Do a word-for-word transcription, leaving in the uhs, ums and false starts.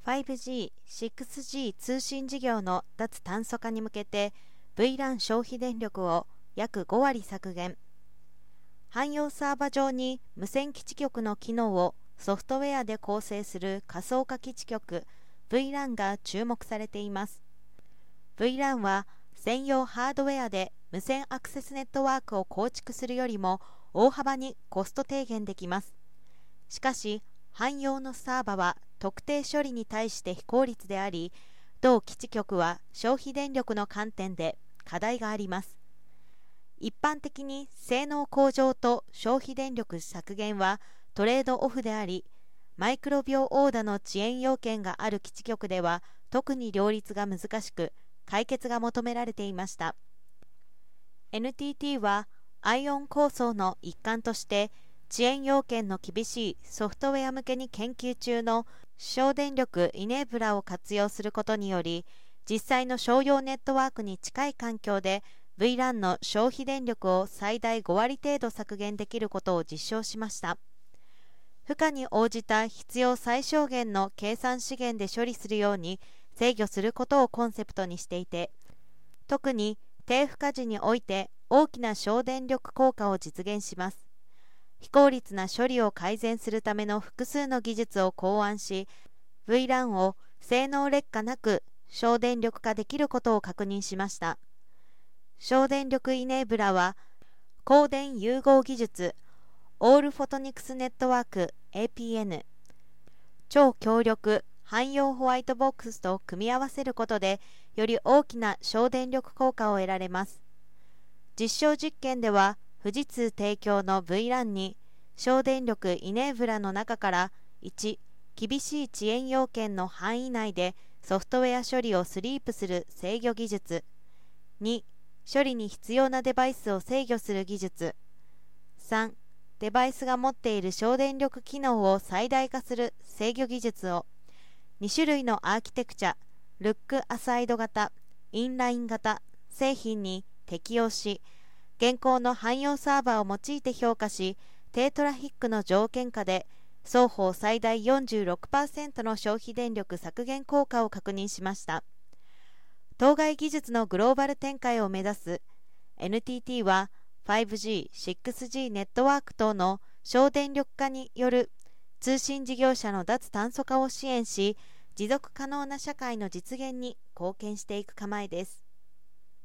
ファイブジー、シックスジー 通信事業の脱炭素化に向けて ブイラン 消費電力を約ごわり削減。汎用サーバ上に無線基地局の機能をソフトウェアで構成する仮想化基地局 ブイラン が注目されています。ブイラン は専用ハードウェアで無線アクセスネットワークを構築するよりも大幅にコスト低減できます。しかし、汎用のサーバは特定処理に対して非効率であり、同基地局は消費電力の観点で課題があります。一般的に性能向上と消費電力削減はトレードオフであり、マイクロ秒オーダーの遅延要件がある基地局では特に両立が難しく、解決が求められていました。エヌティーティー はアイオン構想の一環として遅延要件の厳しいソフトウェア向けに研究中の省電力イネーブラを活用することにより、実際の商用ネットワークに近い環境で ブイラン の消費電力を最大ごわり程度削減できることを実証しました。負荷に応じた必要最小限の計算資源で処理するように制御することをコンセプトにしていて、特に低負荷時において大きな省電力効果を実現します。非効率な処理を改善するための複数の技術を考案し、ブイラン を性能劣化なく省電力化できることを確認しました。省電力イネーブラは、光電融合技術、オールフォトニクスネットワーク エーピーエヌ、超強力汎用ホワイトボックスと組み合わせることで、より大きな省電力効果を得られます。実証実験では、富士通提供の ブイラン に省電力イネーブラの中からいち、厳しい遅延要件の範囲内でソフトウェア処理をスリープする制御技術、に、処理に必要なデバイスを制御する技術、さん、デバイスが持っている省電力機能を最大化する制御技術をに種類のアーキテクチャ、ルックアサイド型、インライン型製品に適用し、現行の汎用サーバーを用いて評価し、低トラフィックの条件下で双方最大 よんじゅうろくパーセント の消費電力削減効果を確認しました。当該技術のグローバル展開を目指す エヌティーティー は ファイブジー、シックスジー ネットワーク等の省電力化による通信事業者の脱炭素化を支援し、持続可能な社会の実現に貢献していく構えです。